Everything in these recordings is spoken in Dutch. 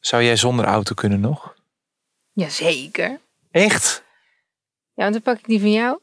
Zou jij zonder auto kunnen nog? Jazeker. Echt? Ja, want dan pak ik die van jou.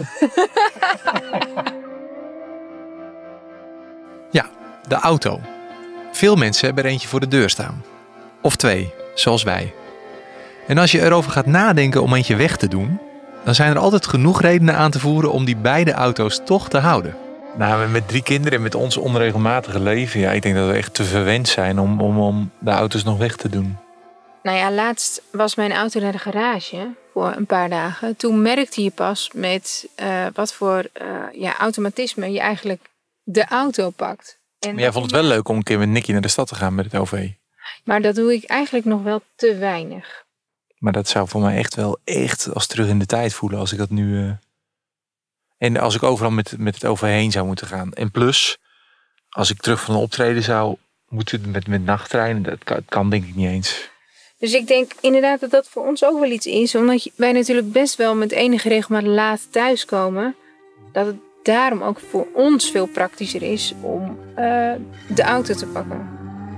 Ja, de auto. Veel mensen hebben er eentje voor de deur staan. Of 2, zoals wij. En als je erover gaat nadenken om eentje weg te doen, dan zijn er altijd genoeg redenen aan te voeren om die beide auto's toch te houden. Nou, met 3 kinderen en met ons onregelmatige leven, ja, ik denk dat we echt te verwend zijn om de auto's nog weg te doen. Nou ja, laatst was mijn auto naar de garage voor een paar dagen. Toen merkte je pas met wat voor automatisme je eigenlijk de auto pakt. En Maar jij vond het wel leuk om een keer met Nicky naar de stad te gaan met het OV. Maar dat doe ik eigenlijk nog wel te weinig. Maar dat zou voor mij echt als terug in de tijd voelen als ik dat nu... En als ik overal met het OV heen zou moeten gaan. En plus, als ik terug van een optreden zou moeten met nachttreinen, dat kan denk ik niet eens. Dus ik denk inderdaad dat dat voor ons ook wel iets is. Omdat wij natuurlijk best wel met enige regelmaat laat thuiskomen. Dat het daarom ook voor ons veel praktischer is om de auto te pakken.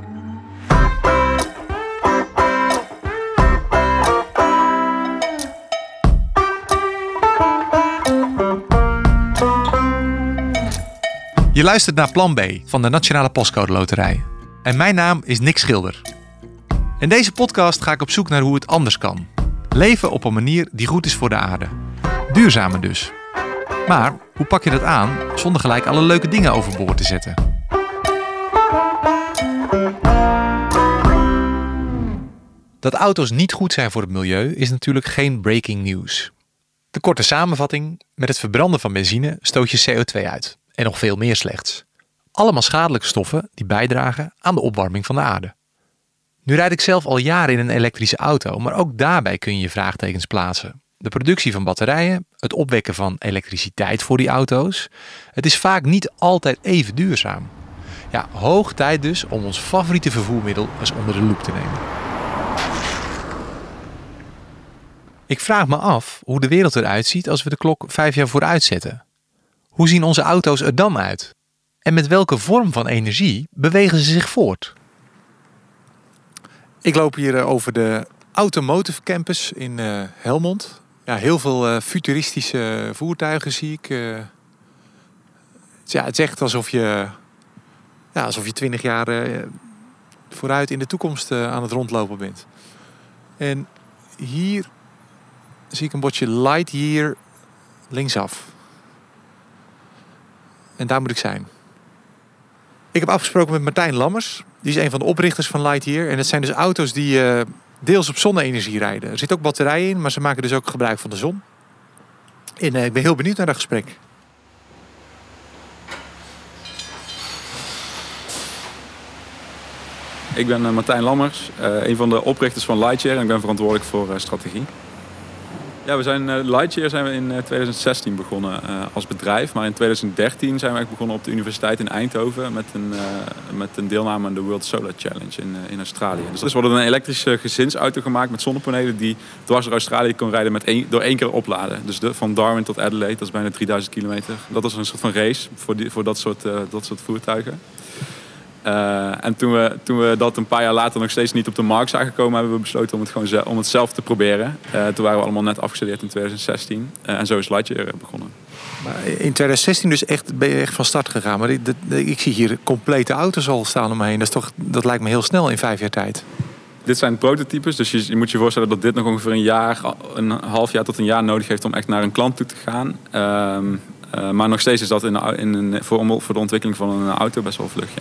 Je luistert naar Plan B van de Nationale Postcode Loterij. En mijn naam is Nick Schilder. In deze podcast ga ik op zoek naar hoe het anders kan. Leven op een manier die goed is voor de aarde. Duurzamer dus. Maar hoe pak je dat aan zonder gelijk alle leuke dingen overboord te zetten? Dat auto's niet goed zijn voor het milieu is natuurlijk geen breaking news. De korte samenvatting: met het verbranden van benzine stoot je CO2 uit. En nog veel meer slechts. Allemaal schadelijke stoffen die bijdragen aan de opwarming van de aarde. Nu rijd ik zelf al jaren in een elektrische auto, maar ook daarbij kun je je vraagtekens plaatsen. De productie van batterijen, het opwekken van elektriciteit voor die auto's. Het is vaak niet altijd even duurzaam. Ja, hoog tijd dus om ons favoriete vervoermiddel eens onder de loep te nemen. Ik vraag me af hoe de wereld eruit ziet als we de klok 5 jaar vooruit zetten. Hoe zien onze auto's er dan uit? En met welke vorm van energie bewegen ze zich voort? Ik loop hier over de Automotive Campus in Helmond. Ja, heel veel futuristische voertuigen zie ik. Het is echt alsof je 20 jaar vooruit in de toekomst aan het rondlopen bent. En hier zie ik een bordje Lightyear linksaf. En daar moet ik zijn. Ik heb afgesproken met Martijn Lammers. Die is een van de oprichters van Lightyear. En het zijn dus auto's die deels op zonne-energie rijden. Er zit ook batterijen in, maar ze maken dus ook gebruik van de zon. En ik ben heel benieuwd naar dat gesprek. Ik ben Martijn Lammers, een van de oprichters van Lightyear. En ik ben verantwoordelijk voor strategie. Ja, Lightyear zijn we in 2016 begonnen als bedrijf. Maar in 2013 zijn we begonnen op de universiteit in Eindhoven met een deelname aan de World Solar Challenge in Australië. Dus we hadden een elektrische gezinsauto gemaakt met zonnepanelen die dwars door Australië kon rijden door 1 keer opladen. Dus van Darwin tot Adelaide, dat is bijna 3000 kilometer. Dat was een soort van race voor dat soort voertuigen. En toen we dat een paar jaar later nog steeds niet op de markt zagen komen, hebben we besloten om het zelf te proberen. Toen waren we allemaal net afgestudeerd in 2016. En zo is Lightyear begonnen. Maar in 2016 dus ben je echt van start gegaan. Maar ik zie hier complete auto's al staan om me heen. Dat lijkt me heel snel in 5 jaar tijd. Dit zijn prototypes, dus je moet je voorstellen dat dit nog ongeveer een half jaar tot een jaar nodig heeft om echt naar een klant toe te gaan. Maar nog steeds is dat voor de ontwikkeling van een auto best wel vlug. Ja.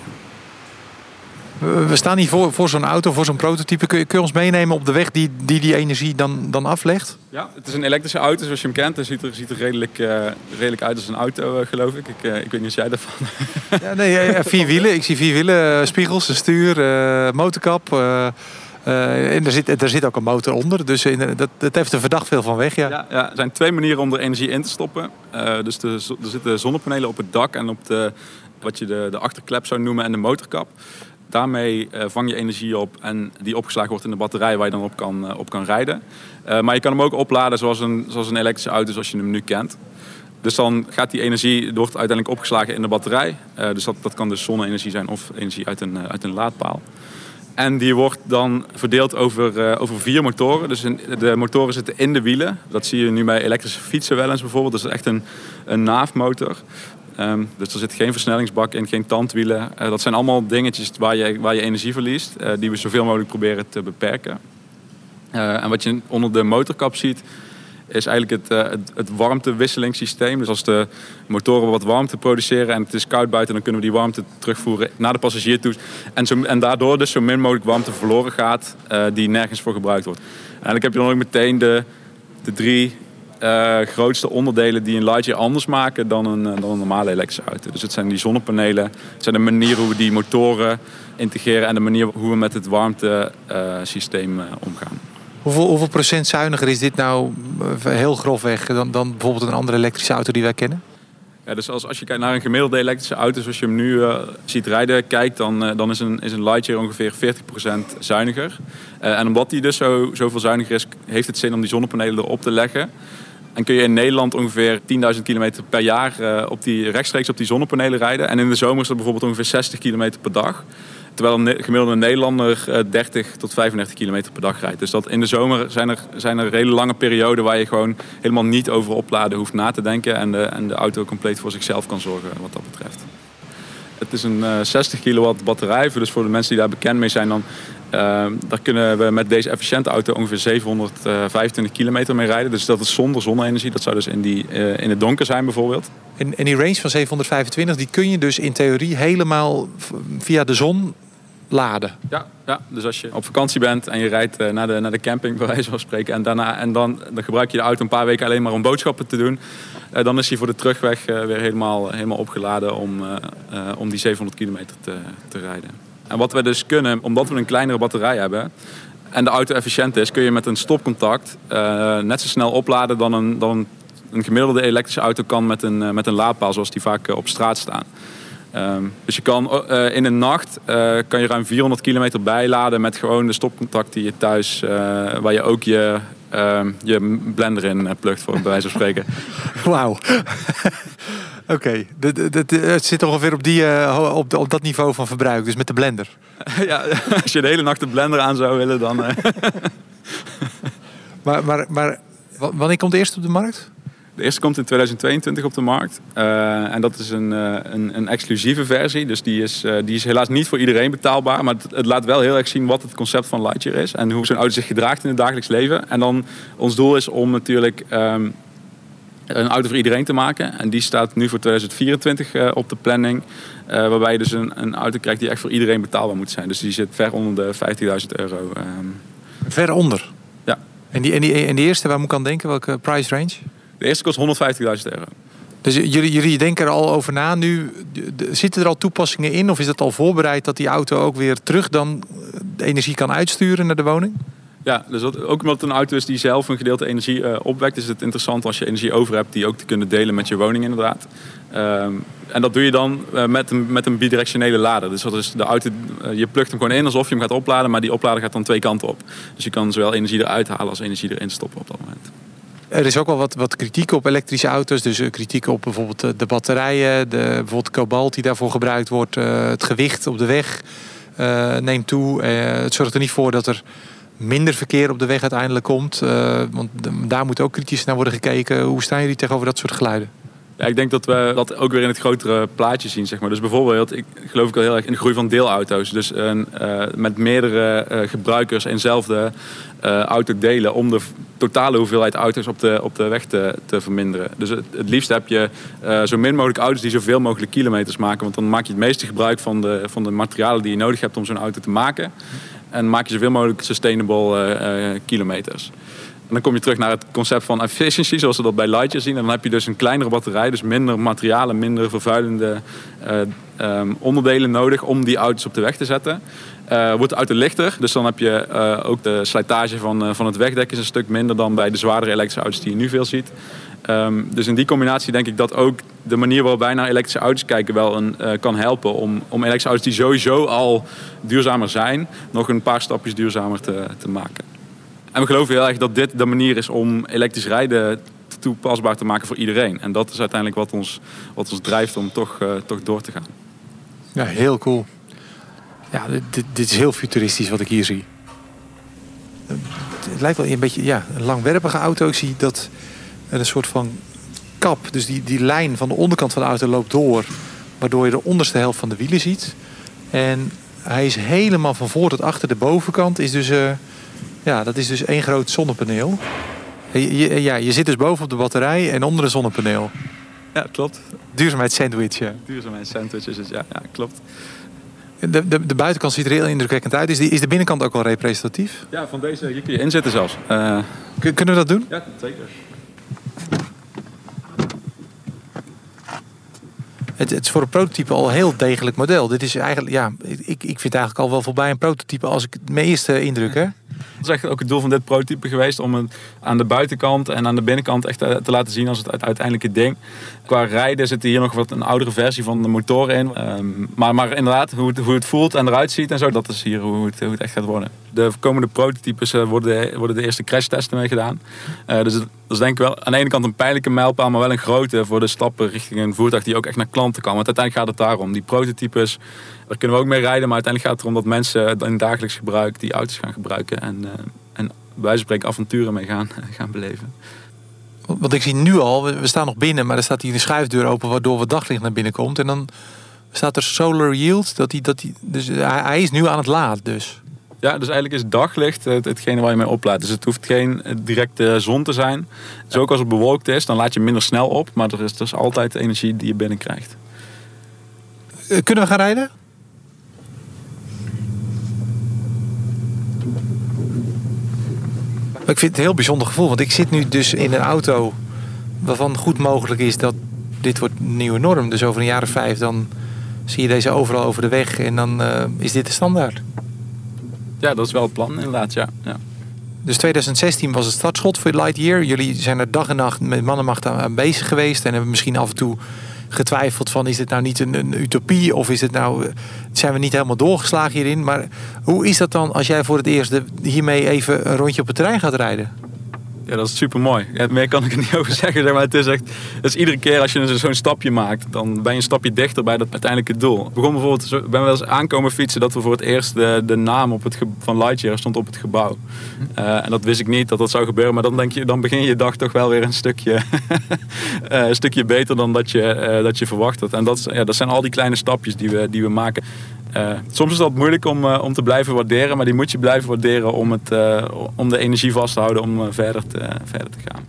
We staan hier voor zo'n auto, voor zo'n prototype. Kun je ons meenemen op de weg die energie dan aflegt? Ja, het is een elektrische auto zoals je hem kent. Het ziet er redelijk uit als een auto, geloof ik. Ik weet niet of jij daarvan... Ja, nee, 4 wielen. Ik zie 4 wielen, spiegels, een stuur, motorkap. En er zit ook een motor onder. Dus dat heeft er verdacht veel van weg. Ja. Ja, er zijn 2 manieren om er energie in te stoppen. Dus er zitten zonnepanelen op het dak en op wat je de achterklep zou noemen en de motorkap. Daarmee vang je energie op en die opgeslagen wordt in de batterij waar je dan op kan rijden. Maar je kan hem ook opladen zoals een elektrische auto zoals je hem nu kent. Dus dan gaat die energie, wordt uiteindelijk opgeslagen in de batterij. Dus dat kan dus zonne-energie zijn of energie uit een laadpaal. En die wordt dan verdeeld over 4 motoren. Dus de motoren zitten in de wielen. Dat zie je nu bij elektrische fietsen wel eens bijvoorbeeld. Dat is echt een naafmotor. Dus er zit geen versnellingsbak in, geen tandwielen. Dat zijn allemaal dingetjes waar je energie verliest. Die we zoveel mogelijk proberen te beperken. En wat je onder de motorkap ziet, is eigenlijk het warmtewisselingssysteem. Dus als de motoren wat warmte produceren en het is koud buiten, dan kunnen we die warmte terugvoeren naar de passagier toe. En daardoor dus zo min mogelijk warmte verloren gaat die nergens voor gebruikt wordt. En eigenlijk heb je dan ook meteen de 3 grootste onderdelen die een Lightyear anders maken dan een normale elektrische auto. Dus het zijn die zonnepanelen, het zijn de manier hoe we die motoren integreren en de manier hoe we met het warmtesysteem omgaan. Hoeveel procent zuiniger is dit nou heel grofweg dan bijvoorbeeld een andere elektrische auto die wij kennen? Ja, dus als je kijkt naar een gemiddelde elektrische auto zoals je hem nu ziet rijden, dan is een Lightyear ongeveer 40% zuiniger. En omdat die dus zoveel zuiniger is, heeft het zin om die zonnepanelen erop te leggen. En kun je in Nederland ongeveer 10.000 kilometer per jaar rechtstreeks op die zonnepanelen rijden. En in de zomer is dat bijvoorbeeld ongeveer 60 kilometer per dag. Terwijl een gemiddelde Nederlander 30 tot 35 kilometer per dag rijdt. Dus dat in de zomer zijn er hele lange perioden waar je gewoon helemaal niet over opladen hoeft na te denken. En de auto compleet voor zichzelf kan zorgen wat dat betreft. Het is een 60 kilowatt batterij. Dus voor de mensen die daar bekend mee zijn, daar kunnen we met deze efficiënte auto ongeveer 725 kilometer mee rijden. Dus dat is zonder zonne-energie. Dat zou dus in het donker zijn bijvoorbeeld. En die range van 725, die kun je dus in theorie helemaal via de zon laden. Ja, dus als je op vakantie bent en je rijdt naar de camping, bij wijze van spreken, en dan gebruik je de auto een paar weken alleen maar om boodschappen te doen, dan is hij voor de terugweg weer helemaal opgeladen om die 700 kilometer te rijden. En wat we dus kunnen, omdat we een kleinere batterij hebben en de auto efficiënt is, kun je met een stopcontact net zo snel opladen dan een gemiddelde elektrische auto kan met een laadpaal, zoals die vaak op straat staan. Dus je kan in een nacht kan je ruim 400 kilometer bijladen met gewoon de stopcontact die je thuis, waar je ook je blender in plugt, voor bij wijze van spreken. Wauw. Oké. Het zit ongeveer op dat niveau van verbruik, dus met de blender. Ja, als je de hele nacht de blender aan zou willen, dan... Maar wanneer komt de eerste op de markt? De eerste komt in 2022 op de markt. En dat is een exclusieve versie. Dus die is helaas niet voor iedereen betaalbaar. Maar het laat wel heel erg zien wat het concept van Lightyear is. En hoe zo'n auto zich gedraagt in het dagelijks leven. En dan ons doel is om natuurlijk een auto voor iedereen te maken. En die staat nu voor 2024 op de planning. Waarbij je dus een auto krijgt die echt voor iedereen betaalbaar moet zijn. Dus die zit ver onder de €50.000. Ver onder? Ja. En die eerste, waar moet ik aan denken? Welke price range? De eerste kost €150.000. Dus jullie denken er al over na nu. Zitten er al toepassingen in? Of is dat al voorbereid dat die auto ook weer terug dan de energie kan uitsturen naar de woning? Ja, dus ook omdat het een auto is die zelf een gedeelte energie opwekt, is het interessant als je energie over hebt die ook te kunnen delen met je woning inderdaad. En dat doe je dan met een bidirectionele lader. Dus dat is de auto, je plugt hem gewoon in alsof je hem gaat opladen, maar die oplader gaat dan 2 kanten op. Dus je kan zowel energie eruit halen als energie erin stoppen op dat moment. Er is ook wel wat kritiek op elektrische auto's. Dus kritiek op bijvoorbeeld de batterijen, bijvoorbeeld kobalt die daarvoor gebruikt wordt. Het gewicht op de weg neemt toe. Het zorgt er niet voor dat er minder verkeer op de weg uiteindelijk komt. Want daar moet ook kritisch naar worden gekeken. Hoe staan jullie tegenover dat soort geluiden? Ja, ik denk dat we dat ook weer in het grotere plaatje zien, zeg maar. Dus bijvoorbeeld, ik geloof ook wel heel erg in de groei van deelauto's. Dus met meerdere gebruikers eenzelfde auto delen om de totale hoeveelheid auto's op de weg te verminderen. Dus het liefst heb je zo min mogelijk auto's die zoveel mogelijk kilometers maken. Want dan maak je het meeste gebruik van de materialen die je nodig hebt om zo'n auto te maken. En maak je zoveel mogelijk sustainable kilometers. En dan kom je terug naar het concept van efficiency, zoals we dat bij Lightyear zien. En dan heb je dus een kleinere batterij, dus minder materialen, minder vervuilende onderdelen nodig om die auto's op de weg te zetten. Wordt de auto lichter, dus dan heb je ook de slijtage van het wegdek is een stuk minder dan bij de zwaardere elektrische auto's die je nu veel ziet. Dus in die combinatie denk ik dat ook de manier waarop wij naar elektrische auto's kijken wel kan helpen om elektrische auto's die sowieso al duurzamer zijn, nog een paar stapjes duurzamer te maken. En we geloven heel erg dat dit de manier is om elektrisch rijden toepasbaar te maken voor iedereen. En dat is uiteindelijk wat ons drijft om toch door te gaan. Ja, heel cool. Ja, dit is heel futuristisch wat ik hier zie. Het lijkt wel een beetje een langwerpige auto. Ik zie dat er een soort van kap, dus die lijn van de onderkant van de auto loopt door, waardoor je de onderste helft van de wielen ziet. En hij is helemaal van voor tot achter. De bovenkant is dus, dat is dus één groot zonnepaneel. Je zit dus boven op de batterij en onder een zonnepaneel. Ja, klopt. Duurzaamheidssandwich. Ja. Duurzaamheidssandwich is het, ja, klopt. De buitenkant ziet er heel indrukwekkend uit. Is de binnenkant ook wel representatief? Ja, van deze hier kun je inzitten zelfs. Kunnen we dat doen? Ja, zeker. Het is voor een prototype al een heel degelijk model. Dit is eigenlijk, ik vind het eigenlijk al wel voorbij een prototype als ik mijn eerste indruk heb. Dat is echt ook het doel van dit prototype geweest. Om het aan de buitenkant en aan de binnenkant echt te laten zien als het uiteindelijke ding. Qua rijden zit hier nog wat een oudere versie van de motoren in. Maar inderdaad, hoe het voelt en eruit ziet en zo, dat is hier hoe het echt gaat worden. De komende prototypes worden de eerste crashtesten mee gedaan. Dus dat is denk ik wel aan de ene kant een pijnlijke mijlpaal, maar wel een grote voor de stappen richting een voertuig die ook echt naar klanten kan. Want uiteindelijk gaat het daarom. Die prototypes, daar kunnen we ook mee rijden, maar uiteindelijk gaat het erom dat mensen in het dagelijks gebruik die auto's gaan gebruiken en bij wijze van spreken avonturen mee gaan beleven. Want ik zie nu al, we staan nog binnen, maar er staat hier een schuifdeur open waardoor het daglicht naar binnen komt. En dan staat er solar yield, dus hij is nu aan het laden dus. Ja, dus eigenlijk is daglicht hetgene waar je mee oplaadt. Dus het hoeft geen directe zon te zijn. Dus ook als het bewolkt is, dan laat je minder snel op. Maar er is dus altijd energie die je binnenkrijgt. Kunnen we gaan rijden? Ik vind het een heel bijzonder gevoel. Want ik zit nu dus in een auto waarvan goed mogelijk is dat dit wordt een nieuwe norm. Dus over een jaar of 5 dan zie je deze overal over de weg. En dan is dit de standaard. Ja, dat is wel het plan inderdaad, ja. Dus 2016 was het startschot voor Lightyear. Jullie zijn er dag en nacht met mannenmacht aan bezig geweest. En hebben misschien af en toe getwijfeld van, is dit nou niet een utopie? Of zijn we niet helemaal doorgeslagen hierin? Maar hoe is dat dan als jij voor het eerst hiermee even een rondje op het terrein gaat rijden? Ja, dat is super mooi. Ja, meer kan ik er niet over zeggen. Maar het is echt, dus iedere keer als je zo'n stapje maakt, dan ben je een stapje dichter bij dat uiteindelijke doel. Ik ben wel eens aankomen fietsen dat we voor het eerst de naam van Lightyear stond op het gebouw. En dat wist ik niet dat zou gebeuren. Maar dan begin je dag toch wel weer een stukje beter dan dat je verwacht had. En dat zijn al die kleine stapjes die we maken. Soms is dat moeilijk om te blijven waarderen, maar die moet je blijven waarderen om de energie vast te houden om verder te gaan.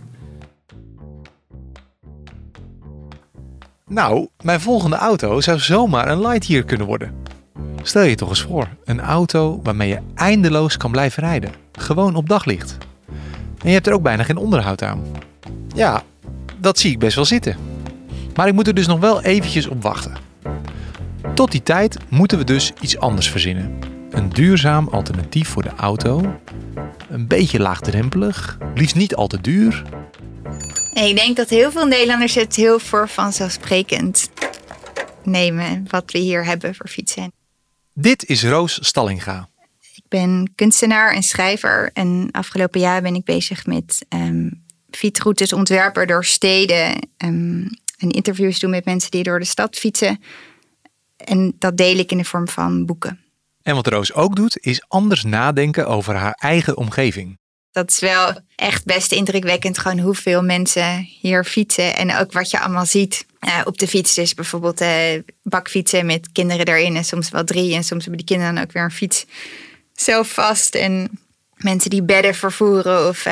Nou, mijn volgende auto zou zomaar een Lightyear kunnen worden. Stel je toch eens voor, een auto waarmee je eindeloos kan blijven rijden. Gewoon op daglicht. En je hebt er ook bijna geen onderhoud aan. Ja, dat zie ik best wel zitten. Maar ik moet er dus nog wel eventjes op wachten. Tot die tijd moeten we dus iets anders verzinnen. Een duurzaam alternatief voor de auto. Een beetje laagdrempelig. Liefst niet al te duur. Ik denk dat heel veel Nederlanders het heel voor vanzelfsprekend nemen wat we hier hebben voor fietsen. Dit is Roos Stallinga. Ik ben kunstenaar en schrijver. En afgelopen jaar ben ik bezig met fietsroutes ontwerpen door steden. En interviews doen met mensen die door de stad fietsen. En dat deel ik in de vorm van boeken. En wat Roos ook doet, is anders nadenken over haar eigen omgeving. Dat is wel echt best indrukwekkend, gewoon hoeveel mensen hier fietsen. En ook wat je allemaal ziet op de fiets. Dus bijvoorbeeld bakfietsen met kinderen erin en soms wel 3. En soms hebben die kinderen dan ook weer een fiets zelf vast. En mensen die bedden vervoeren of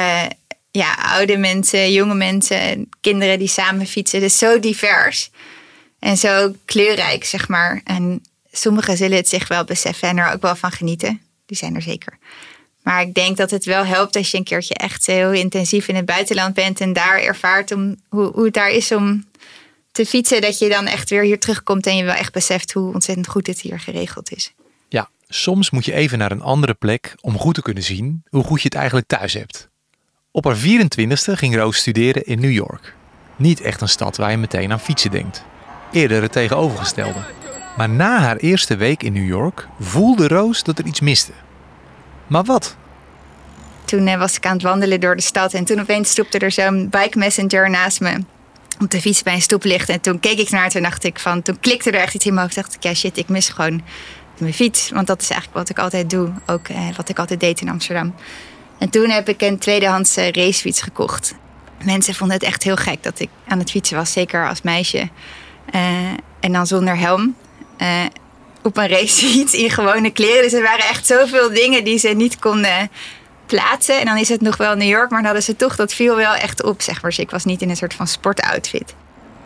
oude mensen, jonge mensen, kinderen die samen fietsen. Dus zo divers en zo kleurrijk, zeg maar. En sommigen zullen het zich wel beseffen en er ook wel van genieten. Die zijn er zeker. Maar ik denk dat het wel helpt als je een keertje echt heel intensief in het buitenland bent en daar ervaart hoe het daar is om te fietsen. Dat je dan echt weer hier terugkomt en je wel echt beseft hoe ontzettend goed het hier geregeld is. Ja, soms moet je even naar een andere plek om goed te kunnen zien hoe goed je het eigenlijk thuis hebt. Op haar 24e ging Roos studeren in New York. Niet echt een stad waar je meteen aan fietsen denkt. Eerder het tegenovergestelde. Maar na haar eerste week in New York voelde Roos dat er iets miste. Maar wat? Toen was ik aan het wandelen door de stad en toen opeens stopte er zo'n bike messenger naast me op de fiets bij een stoplicht. En toen keek ik naar het en dacht ik toen klikte er echt iets in mijn hoofd. Dacht ik, ja shit, ik mis gewoon mijn fiets. Want dat is eigenlijk wat ik altijd doe. Ook wat ik altijd deed in Amsterdam. En toen heb ik een tweedehands racefiets gekocht. Mensen vonden het echt heel gek dat ik aan het fietsen was. Zeker als meisje. En dan zonder helm. Op een racefiets in gewone kleren. Dus er waren echt zoveel dingen die ze niet konden plaatsen. En dan is het nog wel New York. Maar dan hadden ze toch, dat viel wel echt op. Zeg maar. Dus ik was niet in een soort van sportoutfit.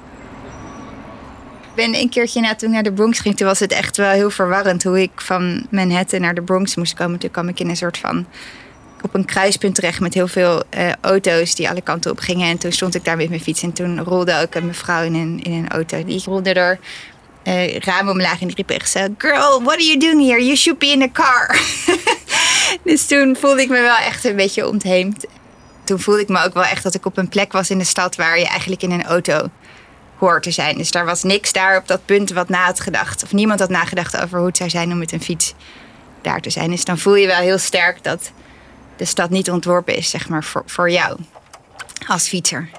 Ik ben een keertje toen ik naar de Bronx ging. Toen was het echt wel heel verwarrend hoe ik van Manhattan naar de Bronx moest komen. Toen kwam ik in een soort van op een kruispunt terecht met heel veel auto's die alle kanten op gingen. En toen stond ik daar met mijn fiets. En toen rolde ook een mevrouw in een auto. Die rolde er ramen omlaag en die riep echt zo: "Girl, what are you doing here? You should be in a car." Dus toen voelde ik me wel echt een beetje ontheemd. Toen voelde ik me ook wel echt dat ik op een plek was in de stad waar je eigenlijk in een auto hoort te zijn. Dus daar was niks daar op dat punt wat na had gedacht. Of niemand had nagedacht over hoe het zou zijn om met een fiets daar te zijn. Dus dan voel je wel heel sterk dat de stad niet ontworpen is, zeg maar, voor jou als fietser.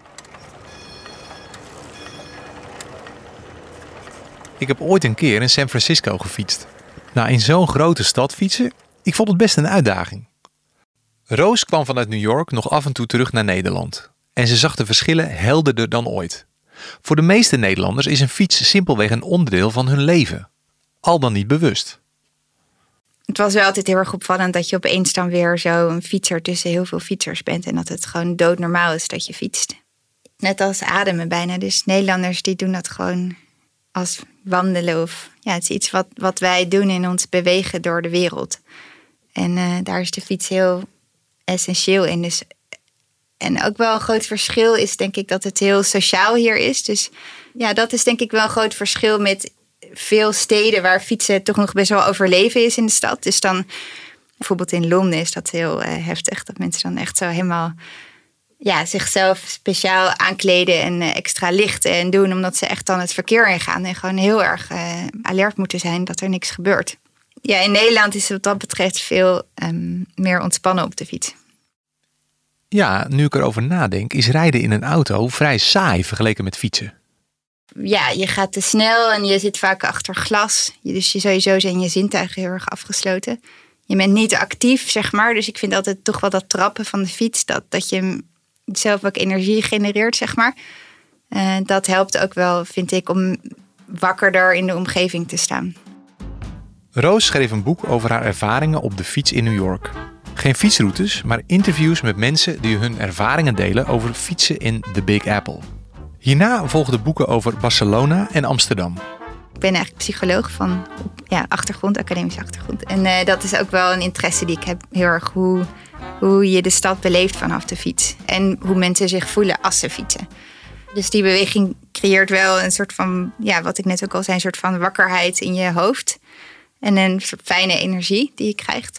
Ik heb ooit een keer in San Francisco gefietst. Nou, in zo'n grote stad fietsen, ik vond het best een uitdaging. Roos kwam vanuit New York nog af en toe terug naar Nederland. En ze zag de verschillen helderder dan ooit. Voor de meeste Nederlanders is een fiets simpelweg een onderdeel van hun leven. Al dan niet bewust. Het was wel altijd heel erg opvallend dat je opeens dan weer zo een fietser tussen heel veel fietsers bent. En dat het gewoon doodnormaal is dat je fietst. Net als ademen bijna. Dus Nederlanders die doen dat gewoon als wandelen. Of ja, het is iets wat wij doen in ons bewegen door de wereld. En daar is de fiets heel essentieel in. Dus, en ook wel een groot verschil is denk ik dat het heel sociaal hier is. Dus ja, dat is denk ik wel een groot verschil met veel steden waar fietsen toch nog best wel overleven is in de stad. Dus dan bijvoorbeeld in Londen is dat heel heftig. Dat mensen dan echt zo helemaal zichzelf speciaal aankleden en extra lichten en doen. Omdat ze echt dan het verkeer ingaan en gewoon heel erg alert moeten zijn dat er niks gebeurt. Ja, in Nederland is het wat dat betreft veel meer ontspannen op de fiets. Ja, nu ik erover nadenk, is rijden in een auto vrij saai vergeleken met fietsen. Ja, je gaat te snel en je zit vaak achter glas. Dus sowieso zijn je zintuigen heel erg afgesloten. Je bent niet actief, zeg maar. Dus ik vind altijd toch wel dat trappen van de fiets, dat je zelf ook energie genereert, zeg maar. Dat helpt ook wel, vind ik, om wakkerder in de omgeving te staan. Roos schreef een boek over haar ervaringen op de fiets in New York. Geen fietsroutes, maar interviews met mensen die hun ervaringen delen over fietsen in de Big Apple. Hierna volgden boeken over Barcelona en Amsterdam. Ik ben eigenlijk psycholoog van achtergrond, academische achtergrond. En dat is ook wel een interesse die ik heb. Heel erg hoe je de stad beleeft vanaf de fiets. En hoe mensen zich voelen als ze fietsen. Dus die beweging creëert wel een soort van, wat ik net ook al zei, een soort van wakkerheid in je hoofd. En een soort fijne energie die je krijgt.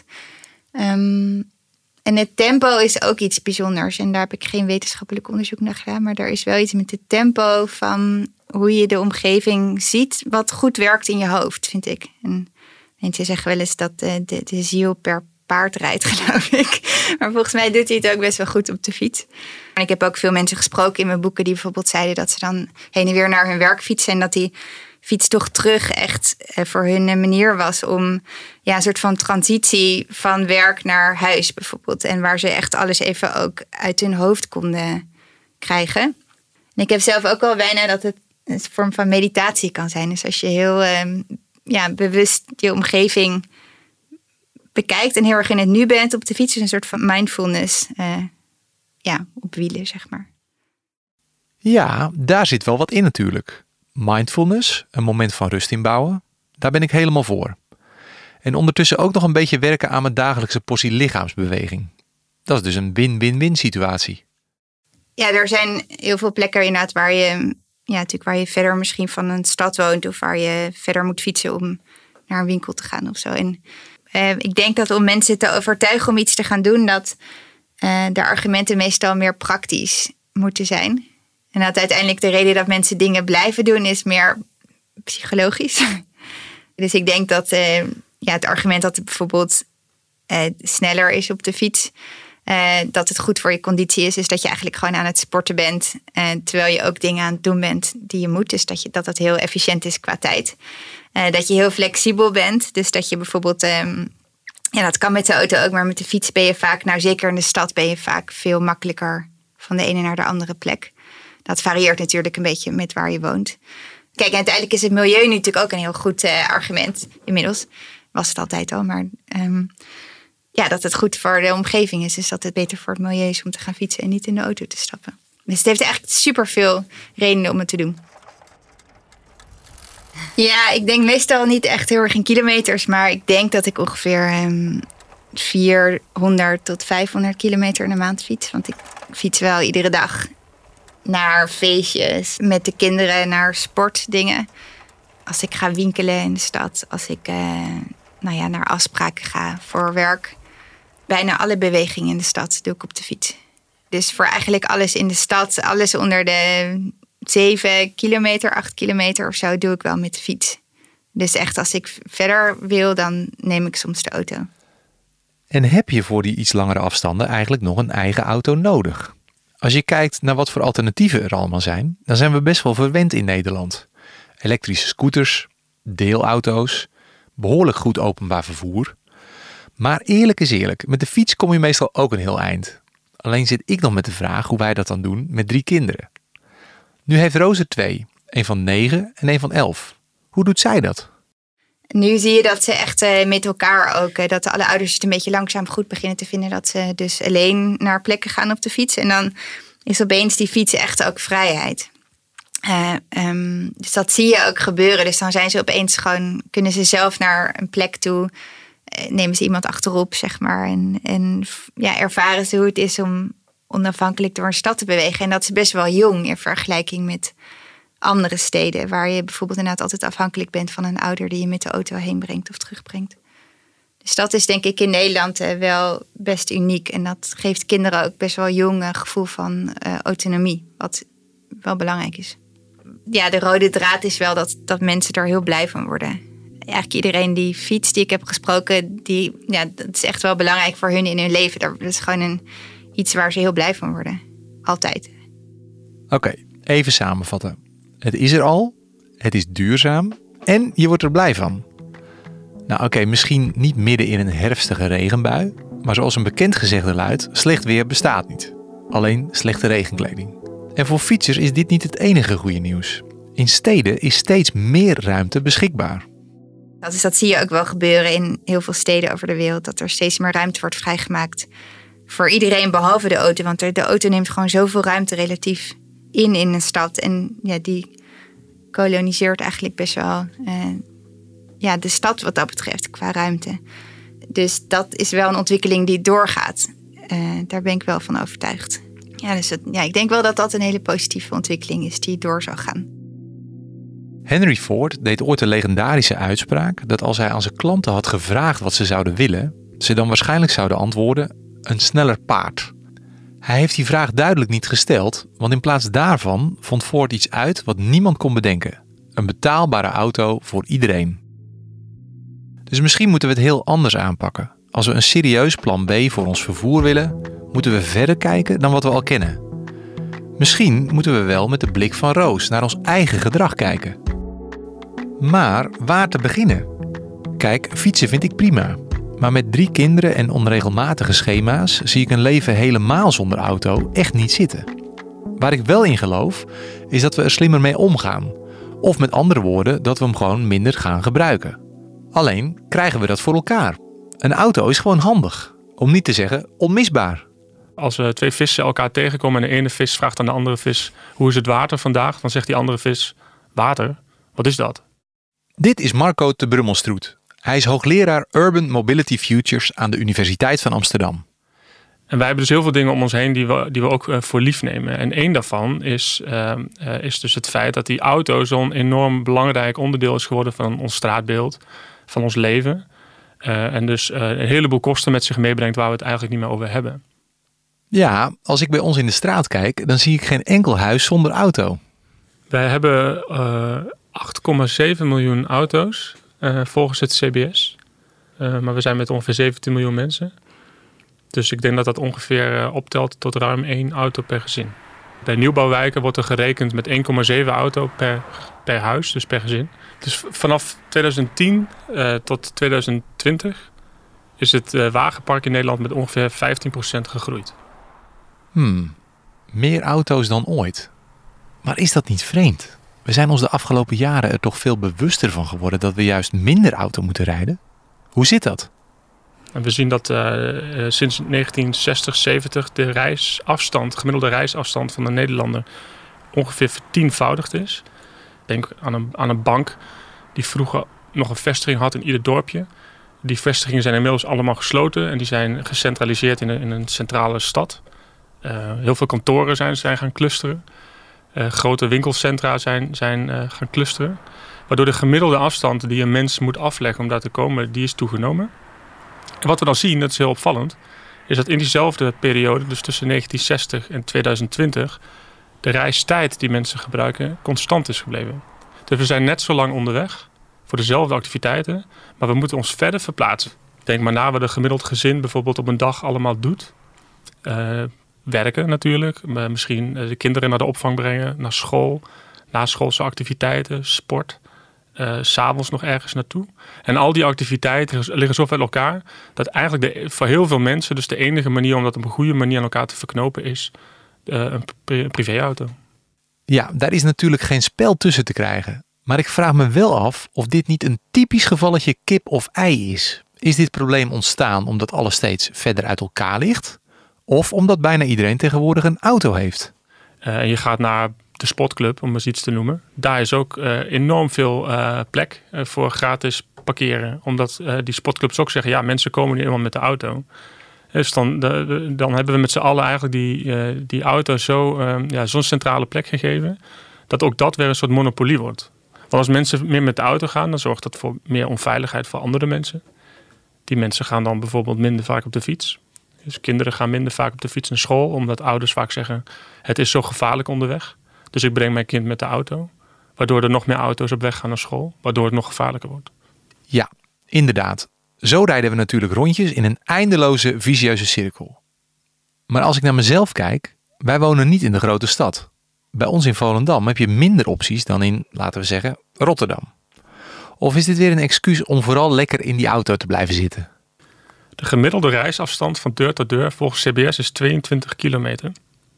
En het tempo is ook iets bijzonders. En daar heb ik geen wetenschappelijk onderzoek naar gedaan. Maar er is wel iets met het tempo van hoe je de omgeving ziet. Wat goed werkt in je hoofd, vind ik. En mensen zeggen wel eens dat de ziel per paard rijdt, geloof ik. Maar volgens mij doet hij het ook best wel goed op de fiets. En ik heb ook veel mensen gesproken in mijn boeken die bijvoorbeeld zeiden dat ze dan heen en weer naar hun werk fietsen. En dat die fiets toch terug echt voor hun een manier was om een soort van transitie van werk naar huis bijvoorbeeld. En waar ze echt alles even ook uit hun hoofd konden krijgen. En ik heb zelf ook wel bijna dat het een vorm van meditatie kan zijn. Dus als je heel bewust je omgeving bekijkt en heel erg in het nu bent op de fiets, is een soort van mindfulness op wielen, zeg maar. Ja, daar zit wel wat in natuurlijk. Mindfulness, een moment van rust inbouwen, daar ben ik helemaal voor. En ondertussen ook nog een beetje werken aan mijn dagelijkse portie lichaamsbeweging. Dat is dus een win-win-win situatie. Ja, er zijn heel veel plekken inderdaad waar je verder misschien van een stad woont of waar je verder moet fietsen om naar een winkel te gaan of zo. En ik denk dat om mensen te overtuigen om iets te gaan doen, dat de argumenten meestal meer praktisch moeten zijn. En dat uiteindelijk de reden dat mensen dingen blijven doen is meer psychologisch. Dus ik denk dat het argument dat het bijvoorbeeld sneller is op de fiets, dat het goed voor je conditie is dat je eigenlijk gewoon aan het sporten bent. Terwijl je ook dingen aan het doen bent die je moet. Dus dat heel efficiënt is qua tijd. Dat je heel flexibel bent. Dus dat je bijvoorbeeld... dat kan met de auto ook, maar met de fiets ben je vaak... zeker in de stad ben je vaak veel makkelijker van de ene naar de andere plek. Dat varieert natuurlijk een beetje met waar je woont. Kijk, en uiteindelijk is het milieu natuurlijk ook een heel goed argument. Inmiddels was het altijd al, maar... dat het goed voor de omgeving is. Dus dat het beter voor het milieu is om te gaan fietsen en niet in de auto te stappen. Dus het heeft eigenlijk superveel redenen om het te doen. Ja, ik denk meestal niet echt heel erg in kilometers. Maar ik denk dat ik ongeveer 400 tot 500 kilometer in de maand fiets. Want ik fiets wel iedere dag naar feestjes, met de kinderen, naar sportdingen. Als ik ga winkelen in de stad, als ik naar afspraken ga voor werk. Bijna alle bewegingen in de stad doe ik op de fiets. Dus voor eigenlijk alles in de stad, alles onder de 7 kilometer, 8 kilometer of zo, doe ik wel met de fiets. Dus echt als ik verder wil, dan neem ik soms de auto. En heb je voor die iets langere afstanden eigenlijk nog een eigen auto nodig? Als je kijkt naar wat voor alternatieven er allemaal zijn, dan zijn we best wel verwend in Nederland. Elektrische scooters, deelauto's, behoorlijk goed openbaar vervoer. Maar eerlijk is eerlijk, met de fiets kom je meestal ook een heel eind. Alleen zit ik nog met de vraag hoe wij dat dan doen met 3 kinderen. Nu heeft Roos er 2, een van 9 en een van 11. Hoe doet zij dat? Nu zie je dat ze echt met elkaar ook, dat alle ouders het een beetje langzaam goed beginnen te vinden. Dat ze dus alleen naar plekken gaan op de fiets. En dan is opeens die fiets echt ook vrijheid. Dus dat zie je ook gebeuren. Dus dan zijn ze opeens gewoon, kunnen ze zelf naar een plek toe. Nemen ze iemand achterop, zeg maar. En ervaren ze hoe het is om onafhankelijk door een stad te bewegen. En dat is best wel jong in vergelijking met andere steden. Waar je bijvoorbeeld inderdaad altijd afhankelijk bent van een ouder die je met de auto heen brengt of terugbrengt. Dus dat is denk ik in Nederland wel best uniek. En dat geeft kinderen ook best wel jong een gevoel van autonomie. Wat wel belangrijk is. Ja, de rode draad is wel dat mensen er heel blij van worden. Eigenlijk iedereen die fietst, die ik heb gesproken, dat is echt wel belangrijk voor hun in hun leven. Dat is gewoon iets waar ze heel blij van worden. Altijd. Oké, even samenvatten. Het is er al, het is duurzaam en je wordt er blij van. Nou oké, misschien niet midden in een herfstige regenbui, maar zoals een bekend gezegde luidt, slecht weer bestaat niet. Alleen slechte regenkleding. En voor fietsers is dit niet het enige goede nieuws. In steden is steeds meer ruimte beschikbaar. Dus dat zie je ook wel gebeuren in heel veel steden over de wereld. Dat er steeds meer ruimte wordt vrijgemaakt voor iedereen behalve de auto. Want de auto neemt gewoon zoveel ruimte relatief in een stad. En die koloniseert eigenlijk best wel de stad wat dat betreft qua ruimte. Dus dat is wel een ontwikkeling die doorgaat. Daar ben ik wel van overtuigd. Ja, dus ik denk wel dat dat een hele positieve ontwikkeling is die door zou gaan. Henry Ford deed ooit de legendarische uitspraak dat als hij aan zijn klanten had gevraagd wat ze zouden willen, ze dan waarschijnlijk zouden antwoorden: een sneller paard. Hij heeft die vraag duidelijk niet gesteld, want in plaats daarvan vond Ford iets uit wat niemand kon bedenken. Een betaalbare auto voor iedereen. Dus misschien moeten we het heel anders aanpakken. Als we een serieus plan B voor ons vervoer willen, moeten we verder kijken dan wat we al kennen. Misschien moeten we wel met de blik van Roos naar ons eigen gedrag kijken. Maar waar te beginnen? Kijk, fietsen vind ik prima. Maar met 3 kinderen en onregelmatige schema's zie ik een leven helemaal zonder auto echt niet zitten. Waar ik wel in geloof, is dat we er slimmer mee omgaan. Of met andere woorden, dat we hem gewoon minder gaan gebruiken. Alleen krijgen we dat voor elkaar. Een auto is gewoon handig. Om niet te zeggen onmisbaar. Als 2 vissen elkaar tegenkomen en de ene vis vraagt aan de andere vis: hoe is het water vandaag? Dan zegt die andere vis: water? Wat is dat? Dit is Marco te Brummelstroet. Hij is hoogleraar Urban Mobility Futures aan de Universiteit van Amsterdam. En wij hebben dus heel veel dingen om ons heen die we ook voor lief nemen. En één daarvan is dus het feit dat die auto zo'n enorm belangrijk onderdeel is geworden van ons straatbeeld, van ons leven. En dus een heleboel kosten met zich meebrengt waar we het eigenlijk niet meer over hebben. Ja, als ik bij ons in de straat kijk, dan zie ik geen enkel huis zonder auto. Wij hebben 8,7 miljoen auto's volgens het CBS. Maar we zijn met ongeveer 17 miljoen mensen. Dus ik denk dat dat ongeveer optelt tot ruim 1 auto per gezin. Bij nieuwbouwwijken wordt er gerekend met 1,7 auto per huis, dus per gezin. Dus vanaf 2010 tot 2020 is het wagenpark in Nederland met ongeveer 15% gegroeid. Meer auto's dan ooit. Maar is dat niet vreemd? We zijn ons de afgelopen jaren er toch veel bewuster van geworden dat we juist minder auto moeten rijden? Hoe zit dat? En we zien dat sinds 1960, 70 de gemiddelde reisafstand van de Nederlander ongeveer vertienvoudigd is. Denk aan een bank die vroeger nog een vestiging had in ieder dorpje. Die vestigingen zijn inmiddels allemaal gesloten en die zijn gecentraliseerd in een centrale stad. Heel veel kantoren zijn gaan clusteren. Grote winkelcentra zijn gaan clusteren. Waardoor de gemiddelde afstand die een mens moet afleggen om daar te komen, die is toegenomen. En wat we dan zien, dat is heel opvallend, is dat in diezelfde periode, dus tussen 1960 en 2020, de reistijd die mensen gebruiken constant is gebleven. Dus we zijn net zo lang onderweg voor dezelfde activiteiten, maar we moeten ons verder verplaatsen. Denk maar na wat een gemiddeld gezin bijvoorbeeld op een dag allemaal doet. Werken natuurlijk, misschien de kinderen naar de opvang brengen, naar school, naschoolse activiteiten, sport. 's Avonds nog ergens naartoe. En al die activiteiten liggen zo ver elkaar dat eigenlijk voor heel veel mensen dus de enige manier om dat op een goede manier aan elkaar te verknopen is een privéauto. Ja, daar is natuurlijk geen spel tussen te krijgen. Maar ik vraag me wel af of dit niet een typisch gevalletje kip of ei is. Is dit probleem ontstaan omdat alles steeds verder uit elkaar ligt? Of omdat bijna iedereen tegenwoordig een auto heeft? En je gaat naar de Spotclub, om eens iets te noemen. Daar is ook enorm veel plek voor gratis parkeren. Omdat die Spotclubs ook zeggen, ja, mensen komen nu eenmaal met de auto. Dus dan hebben we met z'n allen eigenlijk die auto zo'n centrale plek gegeven, dat ook dat weer een soort monopolie wordt. Want als mensen meer met de auto gaan, dan zorgt dat voor meer onveiligheid voor andere mensen. Die mensen gaan dan bijvoorbeeld minder vaak op de fiets. Dus kinderen gaan minder vaak op de fiets naar school, omdat ouders vaak zeggen, het is zo gevaarlijk onderweg. Dus ik breng mijn kind met de auto. Waardoor er nog meer auto's op weg gaan naar school. Waardoor het nog gevaarlijker wordt. Ja, inderdaad. Zo rijden we natuurlijk rondjes in een eindeloze vicieuze cirkel. Maar als ik naar mezelf kijk, wij wonen niet in de grote stad. Bij ons in Volendam heb je minder opties dan in, laten we zeggen, Rotterdam. Of is dit weer een excuus om vooral lekker in die auto te blijven zitten? De gemiddelde reisafstand van deur tot deur volgens CBS is 22 kilometer.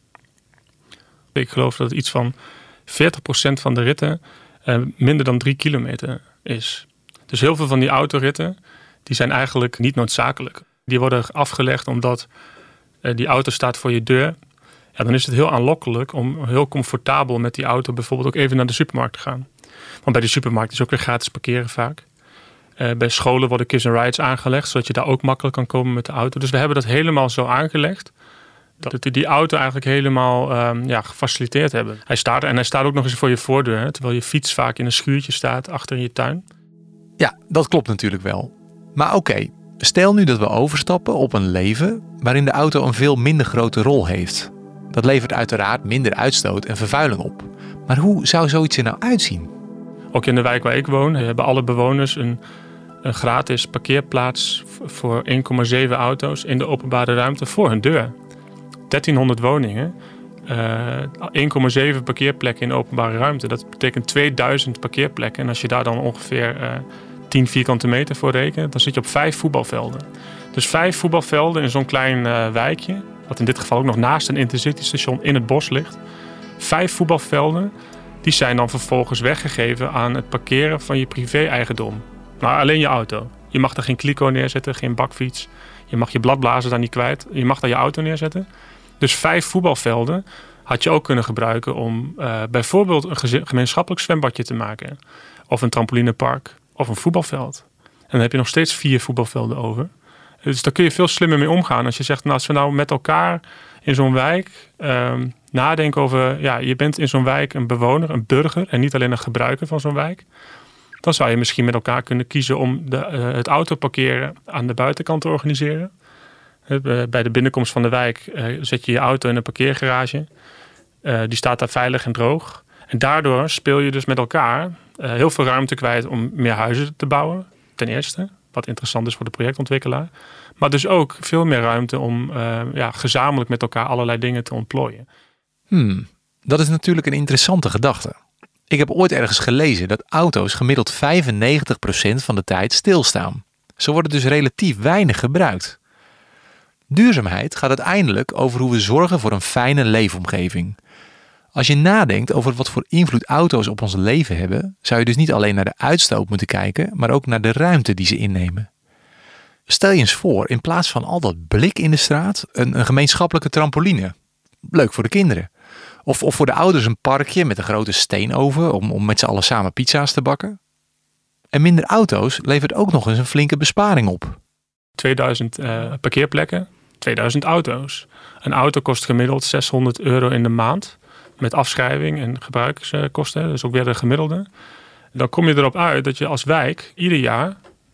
Ik geloof dat iets van 40% van de ritten minder dan 3 kilometer is. Dus heel veel van die autoritten die zijn eigenlijk niet noodzakelijk. Die worden afgelegd omdat die auto staat voor je deur. Ja, dan is het heel aanlokkelijk om heel comfortabel met die auto bijvoorbeeld ook even naar de supermarkt te gaan. Want bij de supermarkt is ook weer gratis parkeren vaak. Bij scholen worden kiss and rides aangelegd, zodat je daar ook makkelijk kan komen met de auto. Dus we hebben dat helemaal zo aangelegd dat we die auto eigenlijk helemaal gefaciliteerd hebben. Hij staat ook nog eens voor je voordeur, hè, terwijl je fiets vaak in een schuurtje staat achter in je tuin. Ja, dat klopt natuurlijk wel. Maar oké, stel nu dat we overstappen op een leven waarin de auto een veel minder grote rol heeft. Dat levert uiteraard minder uitstoot en vervuiling op. Maar hoe zou zoiets er nou uitzien? Ook in de wijk waar ik woon hebben alle bewoners een gratis parkeerplaats voor 1,7 auto's in de openbare ruimte voor hun deur. 1300 woningen, 1,7 parkeerplekken in de openbare ruimte. Dat betekent 2000 parkeerplekken. En als je daar dan ongeveer 10 vierkante meter voor rekent, dan zit je op 5 voetbalvelden. Dus 5 voetbalvelden in zo'n klein wijkje, wat in dit geval ook nog naast een intercitystation in het bos ligt. 5 voetbalvelden, die zijn dan vervolgens weggegeven aan het parkeren van je privé-eigendom. Nou, alleen je auto. Je mag daar geen kliko neerzetten, geen bakfiets. Je mag je bladblazer daar niet kwijt. Je mag daar je auto neerzetten. Dus 5 voetbalvelden had je ook kunnen gebruiken om bijvoorbeeld een gemeenschappelijk zwembadje te maken. Of een trampolinepark. Of een voetbalveld. En dan heb je nog steeds 4 voetbalvelden over. Dus daar kun je veel slimmer mee omgaan. Als je zegt, nou, als we nou met elkaar in zo'n wijk nadenken over, ja, je bent in zo'n wijk een bewoner, een burger en niet alleen een gebruiker van zo'n wijk. Dan zou je misschien met elkaar kunnen kiezen om het autoparkeren aan de buitenkant te organiseren. Bij de binnenkomst van de wijk zet je je auto in een parkeergarage. Die staat daar veilig en droog. En daardoor speel je dus met elkaar heel veel ruimte kwijt om meer huizen te bouwen. Ten eerste, wat interessant is voor de projectontwikkelaar. Maar dus ook veel meer ruimte om gezamenlijk met elkaar allerlei dingen te ontplooien. Dat is natuurlijk een interessante gedachte. Ik heb ooit ergens gelezen dat auto's gemiddeld 95% van de tijd stilstaan. Ze worden dus relatief weinig gebruikt. Duurzaamheid gaat uiteindelijk over hoe we zorgen voor een fijne leefomgeving. Als je nadenkt over wat voor invloed auto's op ons leven hebben, zou je dus niet alleen naar de uitstoot moeten kijken, maar ook naar de ruimte die ze innemen. Stel je eens voor, in plaats van al dat blik in de straat, een gemeenschappelijke trampoline. Leuk voor de kinderen. Of voor de ouders een parkje met een grote steenoven om met z'n allen samen pizza's te bakken. En minder auto's levert ook nog eens een flinke besparing op. 2000 parkeerplekken, 2000 auto's. Een auto kost gemiddeld €600 in de maand. Met afschrijving en gebruikskosten, dus ook weer de gemiddelde. Dan kom je erop uit dat je als wijk ieder jaar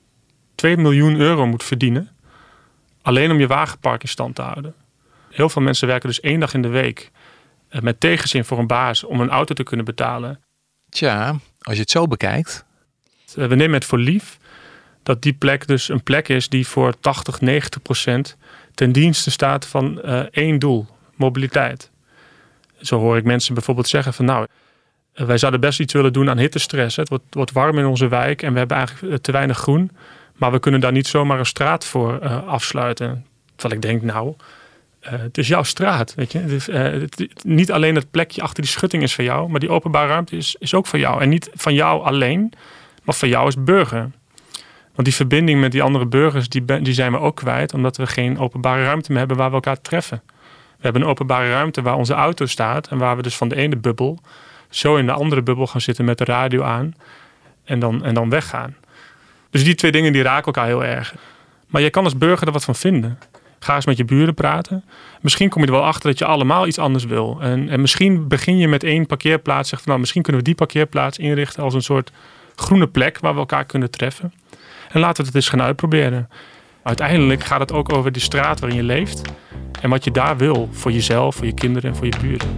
€2 miljoen moet verdienen. Alleen om je wagenpark in stand te houden. Heel veel mensen werken dus 1 dag in de week met tegenzin voor een baas om een auto te kunnen betalen. Tja, als je het zo bekijkt. We nemen het voor lief dat die plek dus een plek is die voor 80-90% ten dienste staat van 1 doel, mobiliteit. Zo hoor ik mensen bijvoorbeeld zeggen van wij zouden best iets willen doen aan hittestress. Het wordt warm in onze wijk en we hebben eigenlijk te weinig groen. Maar we kunnen daar niet zomaar een straat voor afsluiten. Terwijl ik denk, het is jouw straat. Weet je? Niet alleen het plekje achter die schutting is van jou, maar die openbare ruimte is ook van jou. En niet van jou alleen, maar van jou als burger. Want die verbinding met die andere burgers, die zijn we ook kwijt, omdat we geen openbare ruimte meer hebben waar we elkaar treffen. We hebben een openbare ruimte waar onze auto staat en waar we dus van de ene bubbel zo in de andere bubbel gaan zitten met de radio aan en dan weggaan. Dus die 2 dingen die raken elkaar heel erg. Maar je kan als burger er wat van vinden. Ga eens met je buren praten. Misschien kom je er wel achter dat je allemaal iets anders wil. En misschien begin je met 1 parkeerplaats. Zegt van, misschien kunnen we die parkeerplaats inrichten als een soort groene plek waar we elkaar kunnen treffen. En laten we het eens gaan uitproberen. Uiteindelijk gaat het ook over de straat waarin je leeft. En wat je daar wil voor jezelf, voor je kinderen en voor je buren.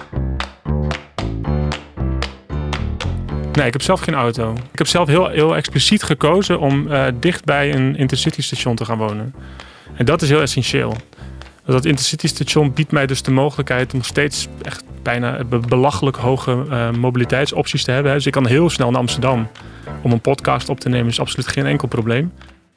Nee, ik heb zelf geen auto. Ik heb zelf heel expliciet gekozen om dicht bij een intercity station te gaan wonen. En dat is heel essentieel. Dat intercity station biedt mij dus de mogelijkheid om steeds echt bijna belachelijk hoge mobiliteitsopties te hebben. Dus ik kan heel snel naar Amsterdam om een podcast op te nemen. Is absoluut geen enkel probleem.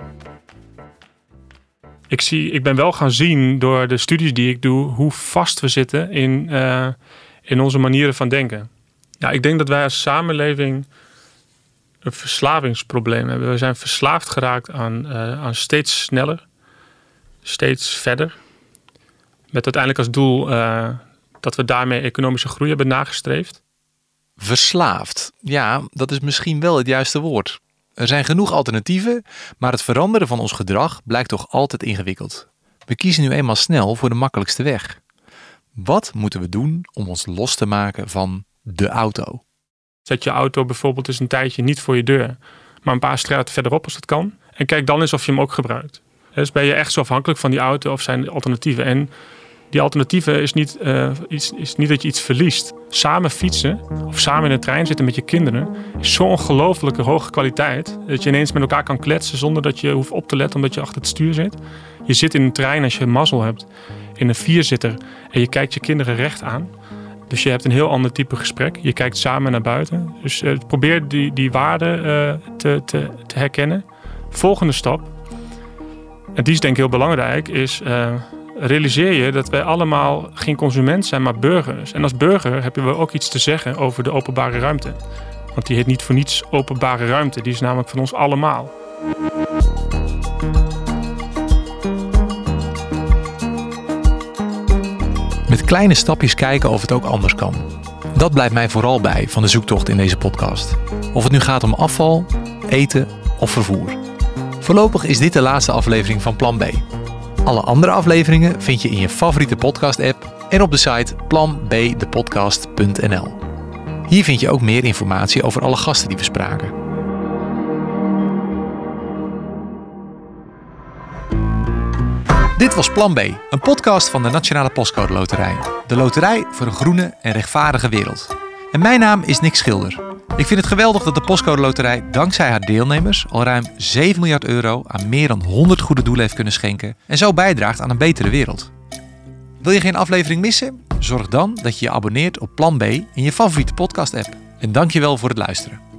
Ik ben wel gaan zien door de studies die ik doe hoe vast we zitten in onze manieren van denken. Ja, ik denk dat wij als samenleving een verslavingsprobleem hebben. We zijn verslaafd geraakt aan steeds sneller, steeds verder. Met uiteindelijk als doel dat we daarmee economische groei hebben nagestreefd. Verslaafd. Ja, dat is misschien wel het juiste woord. Er zijn genoeg alternatieven, maar het veranderen van ons gedrag blijkt toch altijd ingewikkeld. We kiezen nu eenmaal snel voor de makkelijkste weg. Wat moeten we doen om ons los te maken van de auto? Zet je auto bijvoorbeeld eens een tijdje niet voor je deur, maar een paar straten verderop als het kan. En kijk dan eens of je hem ook gebruikt. Dus ben je echt zo afhankelijk van die auto of zijn er alternatieven? En die alternatieven is niet dat je iets verliest. Samen fietsen of samen in de trein zitten met je kinderen is zo'n ongelooflijke hoge kwaliteit. Dat je ineens met elkaar kan kletsen zonder dat je hoeft op te letten omdat je achter het stuur zit. Je zit in een trein als je mazzel hebt in een 4-zitter en je kijkt je kinderen recht aan. Dus je hebt een heel ander type gesprek. Je kijkt samen naar buiten. Dus probeer die waarde te herkennen. Volgende stap, en die is denk ik heel belangrijk, is realiseer je dat wij allemaal geen consument zijn, maar burgers. En als burger hebben we ook iets te zeggen over de openbare ruimte. Want die heet niet voor niets openbare ruimte. Die is namelijk van ons allemaal. Met kleine stapjes kijken of het ook anders kan. Dat blijft mij vooral bij van de zoektocht in deze podcast. Of het nu gaat om afval, eten of vervoer. Voorlopig is dit de laatste aflevering van Plan B. Alle andere afleveringen vind je in je favoriete podcast-app en op de site planbdepodcast.nl. Hier vind je ook meer informatie over alle gasten die we spraken. Dit was Plan B, een podcast van de Nationale Postcode Loterij. De loterij voor een groene en rechtvaardige wereld. En mijn naam is Nick Schilder. Ik vind het geweldig dat de Postcode Loterij dankzij haar deelnemers al ruim €7 miljard aan meer dan 100 goede doelen heeft kunnen schenken en zo bijdraagt aan een betere wereld. Wil je geen aflevering missen? Zorg dan dat je je abonneert op Plan B in je favoriete podcast-app. En dankjewel voor het luisteren.